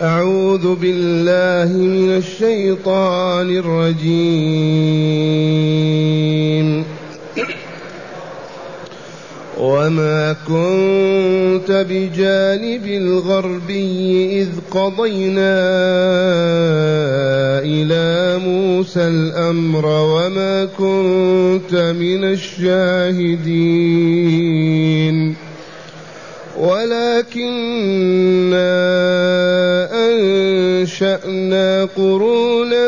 أعوذ بالله من الشيطان الرجيم. وما كنت بجانب الغربي إذ قضينا إلى موسى الأمر وما كنت من الشاهدين ولكننا أنشأنا قرونا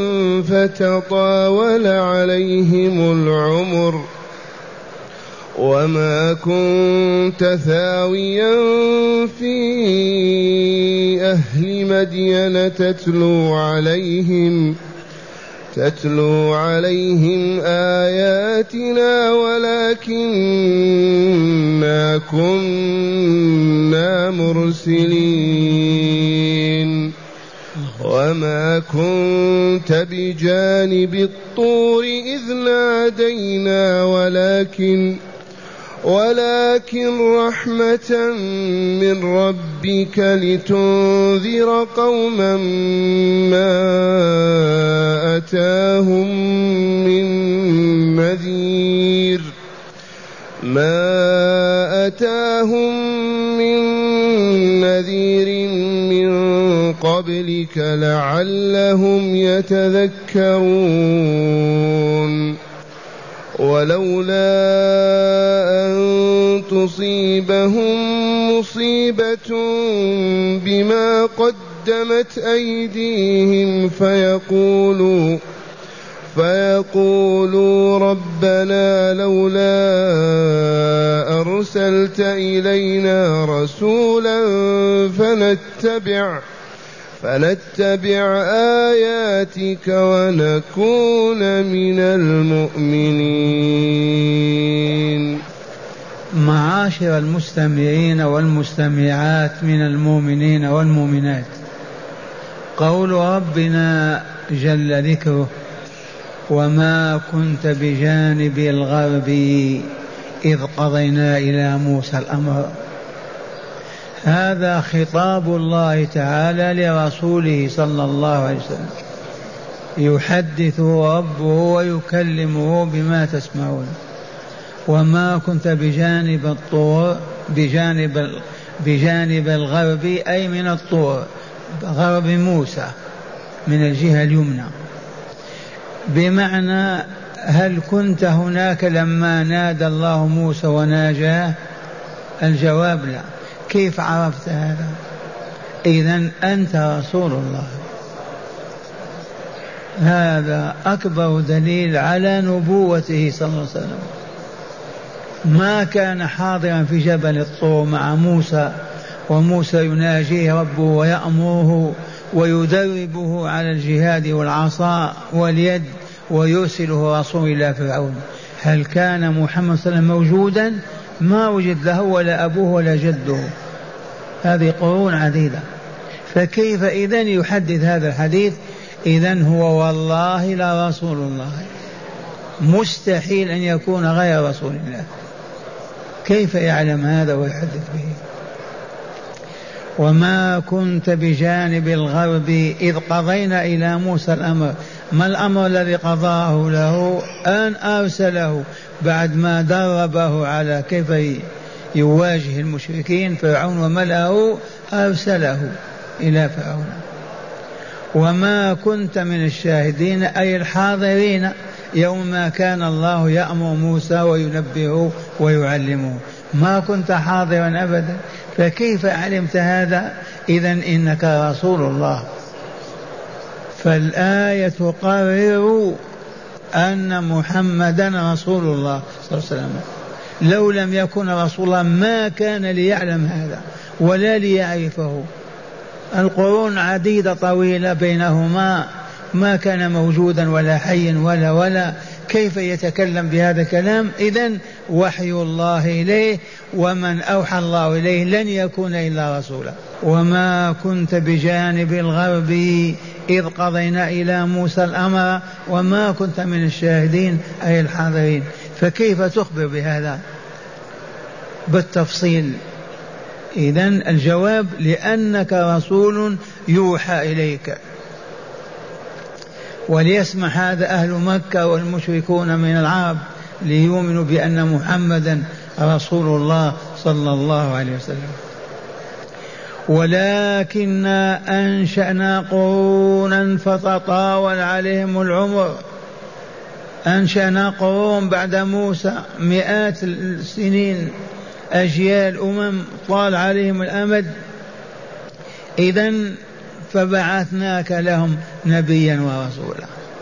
فتطاول عليهم العمر وما كنت ثاويا في أهل مدين تتلو عليهم آياتنا ولكننا كنا مرسلين. وما كنت بجانب الطور إذ نادينا ولكن رحمة من ربك لتنذر قوما ما أتاهم من نذير من قبلك لعلهم يتذكرون. ولولا أن تصيبهم مصيبة بما قدمت أيديهم فيقولوا ربنا لولا أرسلت إلينا رسولا فنتبع آياتك ونكون من المؤمنين. معاشر المستمعين والمستمعات من المؤمنين والمؤمنات، قول ربنا جل ذكره وما كنت بجانب الغربي إذ قضينا إلى موسى الأمر، هذا خطاب الله تعالى لرسوله صلى الله عليه وسلم، يحدثه ربه ويكلمه بما تسمعون. وما كنت بجانب الطور، بجانب الغرب أي من الطور، غرب موسى من الجهة اليمنى، بمعنى هل كنت هناك لما نادى الله موسى وناجاه؟ الجواب لا. كيف عرفت هذا؟ إذن أنت رسول الله. هذا أكبر دليل على نبوته صلى الله عليه وسلم. ما كان حاضرا في جبل الطور مع موسى وموسى يناجيه ربه ويأمره ويدربه على الجهاد والعصا واليد ويرسله رسول إلى فرعون. هل كان محمد صلى الله عليه وسلم موجودا؟ ما وجد له ولا أبوه ولا جده، هذه قرون عديدة. فكيف إذن يحدث هذا الحديث؟ إذن هو والله لا رسول الله، مستحيل أن يكون غير رسول الله. كيف يعلم هذا ويحدث به؟ وما كنت بجانب الغرب إذ قضينا إلى موسى الأمر. ما الأمر الذي قضاه له؟ أن أرسله بعد ما دربه على كيف يواجه المشركين فرعون وملأه، أرسله إلى فرعون. وما كنت من الشاهدين أي الحاضرين يوم ما كان الله يأمر موسى وينبهه ويعلمه، ما كنت حاضرا أبدا، فكيف علمت هذا؟ إذن إنك رسول الله. فالآية تقرر أن محمدا رسول الله صلى الله عليه وسلم. لو لم يكن رسول الله ما كان ليعلم هذا ولا ليعرفه. القرون عديدة طويلة بينهما، ما كان موجودا ولا حي ولا كيف يتكلم بهذا الكلام؟ إذن وحي الله إليه، ومن أوحى الله إليه لن يكون إلا رسولا. وما كنت بجانب الغرب إذ قضينا إلى موسى الأمر وما كنت من الشاهدين أي الحاضرين. فكيف تخبر بهذا بالتفصيل؟ إذن الجواب لأنك رسول يوحى إليك. وليسمع هذا أهل مكة والمشركون من العرب ليؤمنوا بأن محمدا رسول الله صلى الله عليه وسلم. ولكننا أنشأنا قرونا فتطاول عليهم العمر. أنشأنا قرون بعد موسى، مئات السنين، أجيال، طال عليهم الأمد. إذن فبعثناك لهم نبيا ورسولا.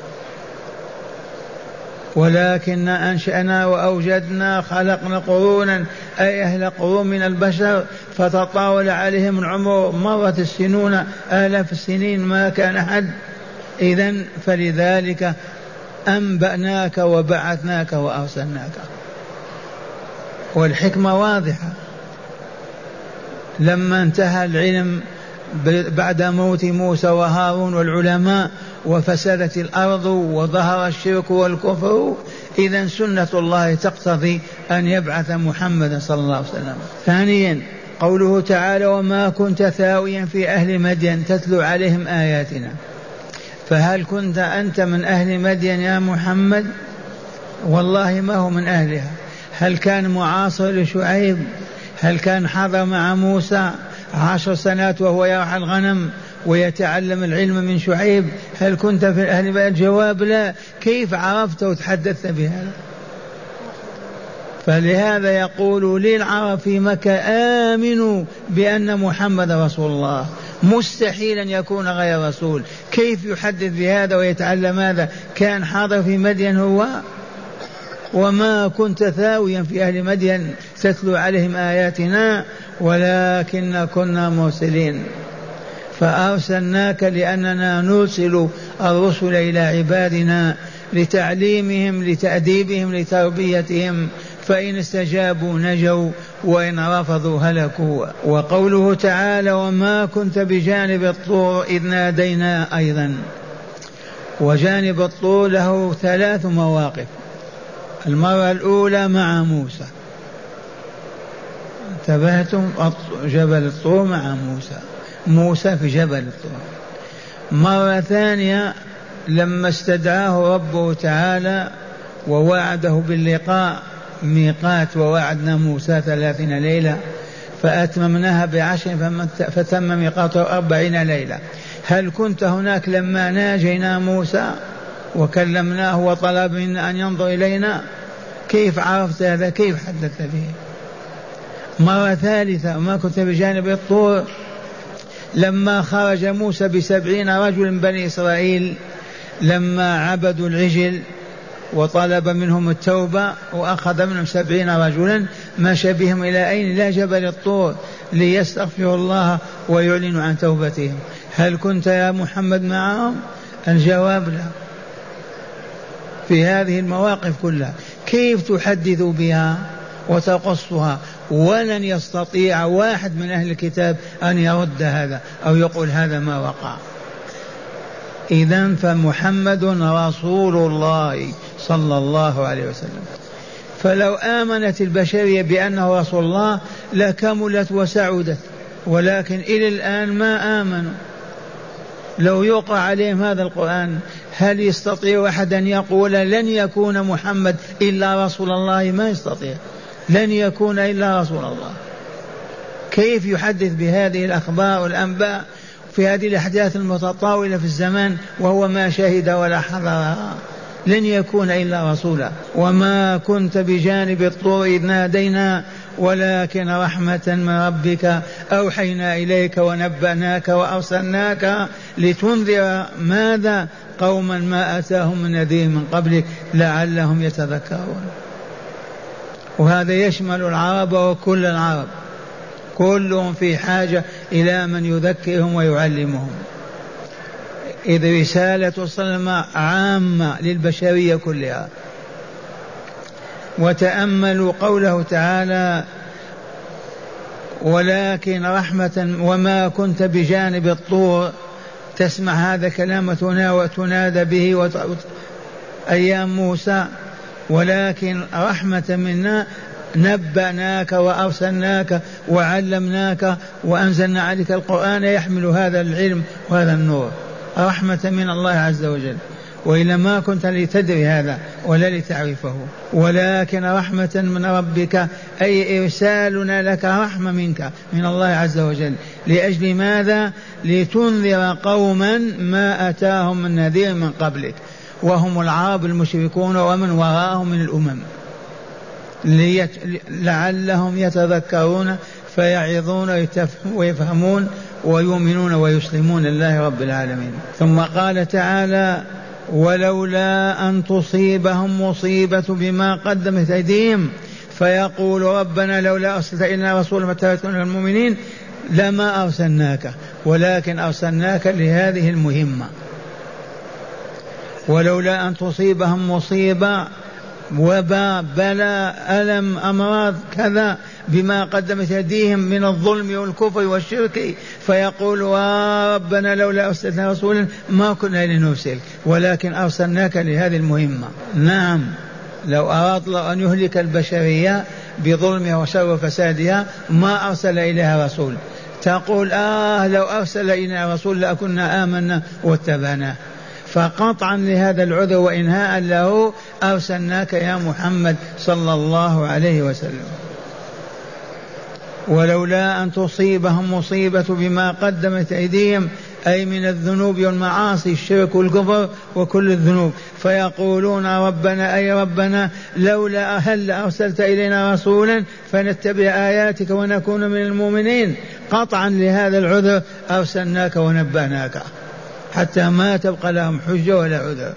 ولكن أنشأنا وأوجدنا، خلقنا قرونا أي أهل قرون من البشر، فتطاول عليهم العمر، مرت السنون آلاف السنين ما كان حد. إذن فلذلك أنبأناك وبعثناك وأرسلناك. والحكمة واضحة. لما انتهى العلم بعد موت موسى وهارون والعلماء وفسدت الأرض وظهر الشرك والكفر، إذن سنة الله تقتضي أن يبعث محمدا صلى الله عليه وسلم. ثانيا قوله تعالى: وما كنت ثاويا في أهل مدين تتلو عليهم آياتنا. فهل كنت أنت من أهل مدين يا محمد؟ والله ما هو من أهلها. هل كان معاصر لشعيب؟ هل كان حضر مع موسى 10 سنوات وهو يرعى الغنم ويتعلم العلم من شعيب؟ هل كنت في أهل مدين؟ الجواب لا. كيف عرفت وتحدثت بهذا؟ فلهذا يقول للعرب في مكة: آمنوا بأن محمد رسول الله. مستحيل أن يكون غير رسول. كيف يحدث بهذا ويتعلم هذا؟ كان حاضر في مدين هو. وما كنت ثاويا في أهل مدين تتلو عليهم آياتنا ولكن كنا مرسلين. فأرسلناك لأننا نرسل الرسل إلى عبادنا لتعليمهم، لتأديبهم، لتربيتهم، فإن استجابوا نجوا وإن رفضوا هلكوا. وقوله تعالى: وما كنت بجانب الطور إذ نادينا. أيضا وجانب الطور له 3 مواقف. المرة الأولى مع موسى، انتبهتم؟ جبل الطور مع موسى في جبل الطور. مرة ثانية لما استدعاه ربه تعالى ووعده باللقاء، ميقات، ووعدنا موسى 30 ليلة فأتممناها ب10 فتم ميقاته 40 ليلة. هل كنت هناك لما ناجينا موسى وكلمناه وطلب منا أن ينظر إلينا؟ كيف عرفت هذا؟ كيف حدثت به؟ مرة ثالثة: ما كنت بجانب الطور لما خرج موسى ب70 رجل من بني إسرائيل لما عبدوا العجل وطلب منهم التوبة وأخذ منهم 70 رجلا، مشى بهم إلى أين؟ إلى جبل الطور ليستغفروا الله ويعلنوا عن توبتهم. هل كنت يا محمد معهم؟ الجواب لا. في هذه المواقف كلها كيف تحدث بها وتقصها؟ ولن يستطيع واحد من أهل الكتاب أن يرد هذا أو يقول هذا ما وقع. إذن فمحمد رسول الله صلى الله عليه وسلم. فلو آمنت البشرية بأنه رسول الله لكملت وسعدت، ولكن إلى الآن ما آمنوا. لو يقرأ عليهم هذا القرآن هل يستطيع أحد أن يقول لن يكون محمد إلا رسول الله؟ ما يستطيع، لن يكون إلا رسول الله. كيف يحدث بهذه الأخبار والأنباء في هذه الأحداث المتطاولة في الزمان وهو ما شهد ولا حضرها؟ لن يكون إلا رسولا. وما كنت بجانب الطور إذ نادينا ولكن رحمة من ربك أوحينا إليك ونبأناك وأرسلناك لتنذر ماذا؟ قوما ما أتاهم من نذير من قبلك لعلهم يتذكرون. وهذا يشمل العرب وكل العرب، كلهم في حاجة إلى من يذكرهم ويعلمهم. إذ رسالة صلى عامة للبشرية كلها. وتأملوا قوله تعالى: ولكن رحمة وما كنت بجانب الطور. تسمع هذا كلامتنا وتنادى به أيام موسى. ولكن رحمة منا نبأناك وأرسلناك وعلمناك وأنزلنا عليك القرآن يحمل هذا العلم وهذا النور، رحمة من الله عز وجل، وإلا ما كنت لتدري هذا ولا لتعرفه، ولكن رحمة من ربك، أي إرسالنا لك رحمة منك من الله عز وجل. لأجل ماذا؟ لتنذر قوما ما أتاهم من نذير من قبلك، وهم العرب المشركون ومن وراءهم من الأمم، لعلهم يتذكرون فيعظون ويفهمون ويؤمنون ويسلمون لله رب العالمين. ثم قال تعالى: ولولا أن تصيبهم مصيبة بما قدمت أيديهم فيقول ربنا لولا أرسلت إلينا رسولا فتبعنا المؤمنين لما أرسلناك، ولكن أرسلناك لهذه المهمة. ولولا أن تصيبهم مصيبة، وباء، بلاء، ألم، أمراض، كذا، بما قدمت أيديهم من الظلم والكفر والشرك، فيقول ربنا لولا أرسلنا رسولا ما كنا لنرسل، ولكن أرسلناك لهذه المهمة. نعم، لو أراد الله أن يهلك البشرية بظلمها وشر وفسادها ما أرسل إليها رسول. تقول لو أرسل إلينا رسول لأكنا آمنا واتبعناه. فقطعا لهذا العذر وإنهاء له أرسلناك يا محمد صلى الله عليه وسلم. ولولا أن تصيبهم مصيبة بما قدمت أيديهم، أي من الذنوب والمعاصي، الشرك والكفر وكل الذنوب، فيقولون ربنا، أي ربنا لولا هل أرسلت إلينا رسولا فنتبع آياتك ونكون من المؤمنين. قطعا لهذا العذر أرسلناك ونبأناك حتى ما تبقى لهم حجة ولا عذر.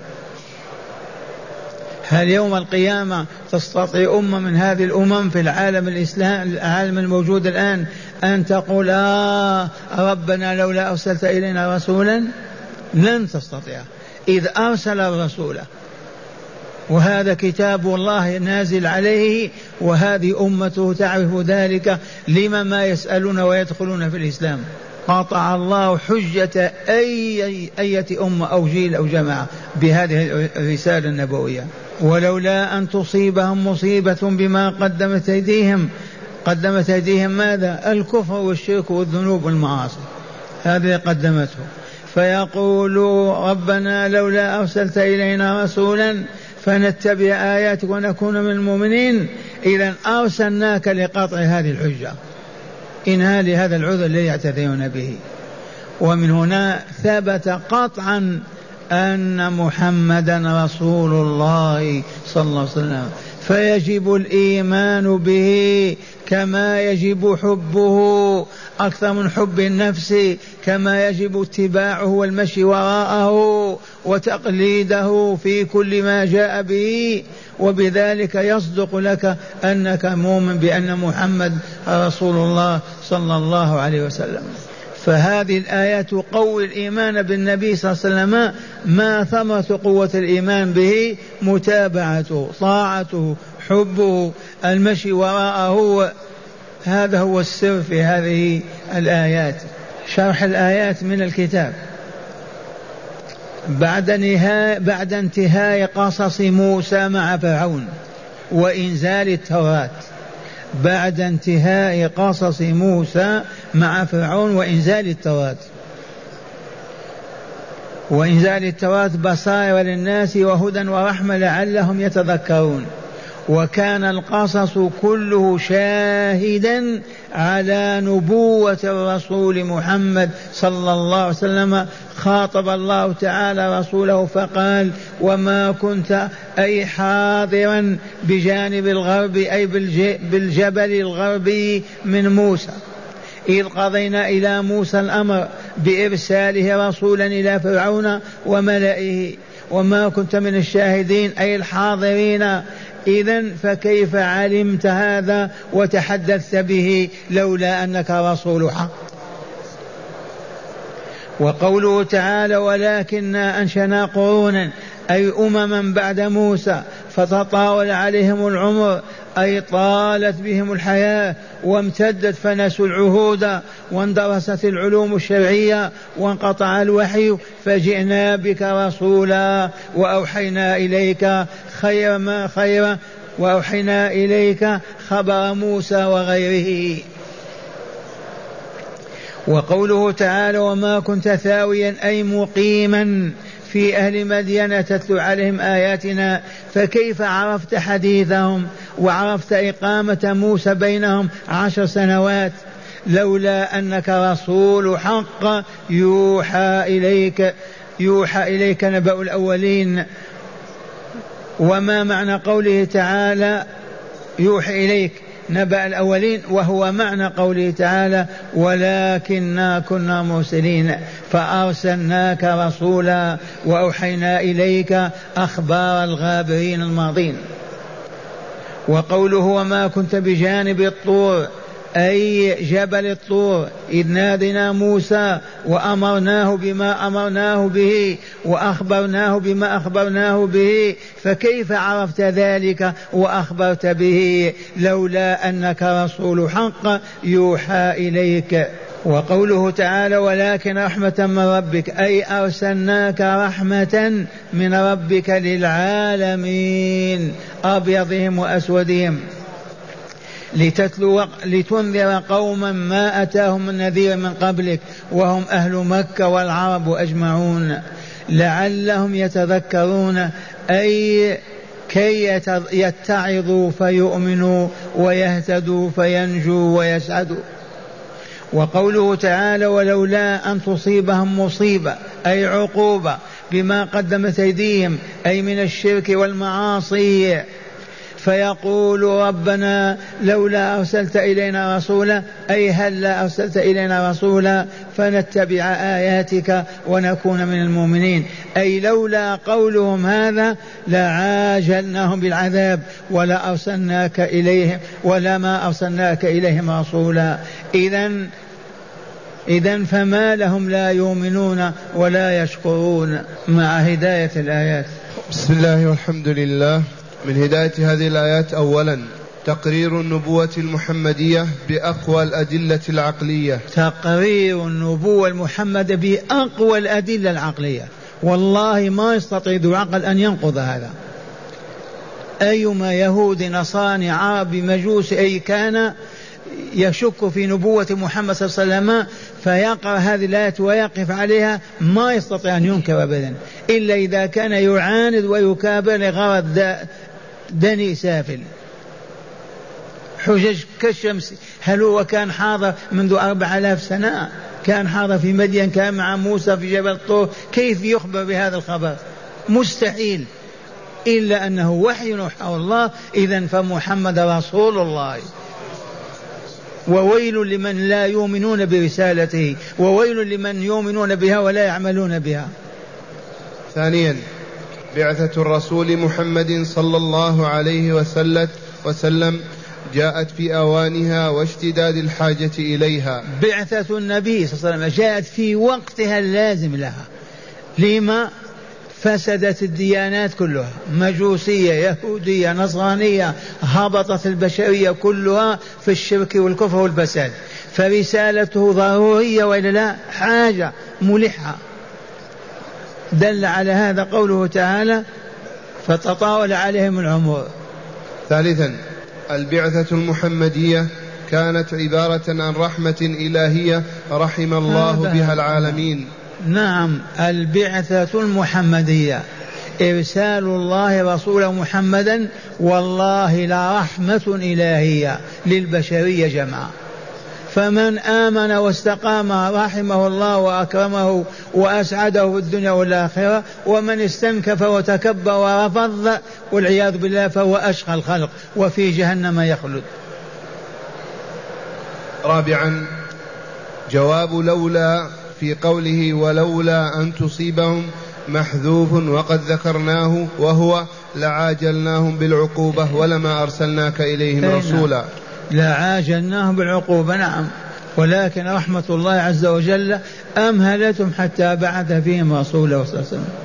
هل يوم القيامة تستطيع أمة من هذه الأمم في العالم الإسلام، العالم الموجود الآن، أن تقول ربنا لولا أرسلت إلينا رسولا؟ لن تستطيع، إذ أرسل الرسول، وهذا كتاب الله نازل عليه، وهذه أمته تعرف ذلك، لما ما يسألون ويدخلون في الإسلام. قطع الله حجة أي أمة أو جيل أو جماعة بهذه الرسالة النبوية. ولولا أن تصيبهم مصيبة بما قدمت أيديهم، قدمت أيديهم ماذا؟ الكفر والشرك والذنوب والمعاصي، هذه قدمته. فيقولوا ربنا لولا أرسلت إلينا رسولا فنتبع آياتك ونكون من المؤمنين. إذن أرسلناك لقطع هذه الحجة، إنها لهذا العذر الذي يعتذرون به. ومن هنا ثبت قطعا أن محمدا رسول الله صلى الله عليه وسلم، فيجب الإيمان به كما يجب حبه أكثر من حب النفس، كما يجب اتباعه والمشي وراءه وتقليده في كل ما جاء به. وبذلك يصدق لك أنك مؤمن بأن محمد رسول الله صلى الله عليه وسلم. فهذه الآيات تقوي الإيمان بالنبي صلى الله عليه وسلم. ما ثمرة قوة الإيمان به؟ متابعته، طاعته، حبه، المشي وراءه. هذا هو السر في هذه الآيات. شرح الآيات من الكتاب. بعد انتهاء قصص موسى مع فرعون وإنزال التوراة، بعد انتهاء قصص موسى مع فرعون وإنزال التوراة، وإنزال التوراة بصائر للناس وهدى ورحمة لعلهم يتذكرون. وكان القصص كله شاهدا على نبوة الرسول محمد صلى الله عليه وسلم. خاطب الله تعالى رسوله فقال وما كنت أي حاضرا بجانب الغرب، أي بالجبل الغربي من موسى، إذ قضينا إلى موسى الأمر بإرساله رسولا إلى فرعون وملئه، وما كنت من الشاهدين أي الحاضرين. إذن فكيف علمت هذا وتحدثت به لولا أنك رسول حق؟ وقوله تعالى ولكننا أنشأنا قرونا، أي أمما بعد موسى، فتطاول عليهم العمر، أي طالت بهم الحياة وامتدت، فنسوا العهود واندرست العلوم الشرعية وانقطع الوحي، فجئنا بك رسولا وأوحينا إليك خير ما خير وأوحينا إليك خبر موسى وغيره. وقوله تعالى وما كنت ثاويا أي مقيما في أهل مدين تتلو عليهم آياتنا فكيف عرفت حديثهم وعرفت إقامة موسى بينهم 10 سنوات لولا أنك رسول حق يوحى إليك نبأ الأولين. وما معنى قوله تعالى يوحى إليك نبأ الأولين وهو معنى قوله تعالى ولكننا كنا مرسلين فأرسلناك رسولا وأوحينا إليك أخبار الغابرين الماضين. وقوله وما كنت بجانب الطور أي جبل الطور إذ نادنا موسى وأمرناه بما أمرناه به وأخبرناه بما أخبرناه به فكيف عرفت ذلك وأخبرت به لولا أنك رسول حق يوحى إليك. وقوله تعالى ولكن رحمة من ربك أي أرسلناك رحمة من ربك للعالمين أبيضهم وأسودهم لتنذر قوما ما أتاهم من نذير من قبلك وهم أهل مكة والعرب أجمعون لعلهم يتذكرون أي كي يتعظوا فيؤمنوا ويهتدوا فينجوا ويسعدوا. وقوله تعالى ولولا أن تصيبهم مصيبة أي عقوبة بما قدمت أيديهم أي من الشرك والمعاصي فيقول ربنا لولا أرسلت إلينا رسولا أي هل لا أرسلت إلينا رسولا فنتبع آياتك ونكون من المؤمنين أي لولا قولهم هذا لعاجلناهم بالعذاب ولا أرسلناك إليهم ولا ما أرسلناك إليهم رسولا. إذن فما لهم لا يؤمنون ولا يشكرون. مع هداية الآيات. بسم الله والحمد لله. من هداية هذه الآيات أولا تقرير النبوة المحمدية بأقوى الأدلة العقلية. تقرير النبوة المحمدية بأقوى الأدلة العقلية والله ما يستطيع ذو عقل أن ينقض هذا. أيما يهود نصارى عربي مجوسي أي كان يشك في نبوة محمد صلى الله عليه وسلم فيقرأ هذه الآيات ويقف عليها ما يستطيع أن ينكر أبدا إلا إذا كان يعاند ويكابر لغرض دني سافل. حجج كالشمس هل هو كان حاضر منذ 4000 سنة كان حاضر في مدين كان مع موسى في جبل الطور كيف يخبر بهذا الخبر؟ مستحيل إلا أنه وحي يوحى الله. إذن فمحمد رسول الله وويل لمن لا يؤمنون برسالته وويل لمن يؤمنون بها ولا يعملون بها. ثانيا بعثة الرسول محمد صلى الله عليه وسلم جاءت في أوانها واشتداد الحاجة إليها. بعثة النبي صلى الله عليه وسلم جاءت في وقتها اللازم لها. لما؟ فسدت الديانات كلها مجوسية يهودية نصرانية هبطت البشرية كلها في الشرك والكفر والفساد فرسالته ضرورية وإلا لا حاجة ملحة. دل على هذا قوله تعالى فتطاول عليهم العمر. ثالثا البعثة المحمدية كانت عبارة عن رحمة إلهية رحم الله بها العالمين. نعم البعثة المحمدية إرسال الله رسوله محمدا والله لرحمة إلهية للبشرية جمعاء. فمن آمن واستقام رحمه الله وأكرمه وأسعده في الدنيا والآخرة ومن استنكف وتكبر ورفض والعياذ بالله فهو أشقى الخلق وفي جهنم يخلد. رابعا جواب لولا في قوله ولولا أن تصيبهم محذوف وقد ذكرناه وهو لعاجلناهم بالعقوبة ولما أرسلناك إليهم رسولا. لعاجلناهم بالعقوبة نعم ولكن رحمة الله عز وجل أمهلتهم حتى بعث فيهم رسوله صلى الله عليه وسلم.